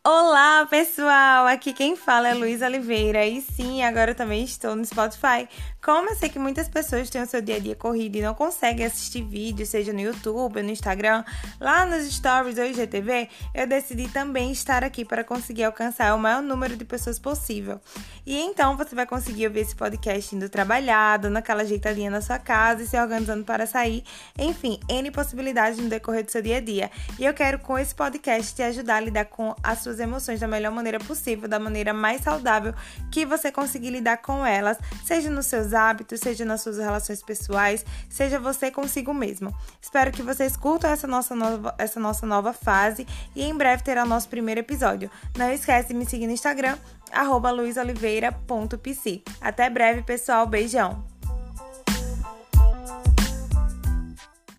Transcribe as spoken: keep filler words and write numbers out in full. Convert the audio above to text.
Olá, pessoal! Aqui quem fala é Luísa Oliveira e sim, agora eu também estou no Spotify. Como eu sei que muitas pessoas têm o seu dia a dia corrido e não conseguem assistir vídeos, seja no YouTube, no Instagram, lá nos Stories ou I G T V, eu decidi também estar aqui para conseguir alcançar o maior número de pessoas possível. E então você vai conseguir ouvir esse podcast indo trabalhar, dando aquela ajeitadinha na sua casa e se organizando para sair. Enfim, N possibilidades no decorrer do seu dia a dia. E eu quero com esse podcast te ajudar a lidar com as suas emoções da melhor maneira possível, da maneira mais saudável que você conseguir lidar com elas, seja nos seus hábitos, seja nas suas relações pessoais, seja você consigo mesmo. Espero que vocês curtam essa nossa nova, essa nossa nova fase e em breve terá o nosso primeiro episódio. Não esquece de me seguir no Instagram, arroba luisoliveira ponto pc. Até breve, pessoal. Beijão!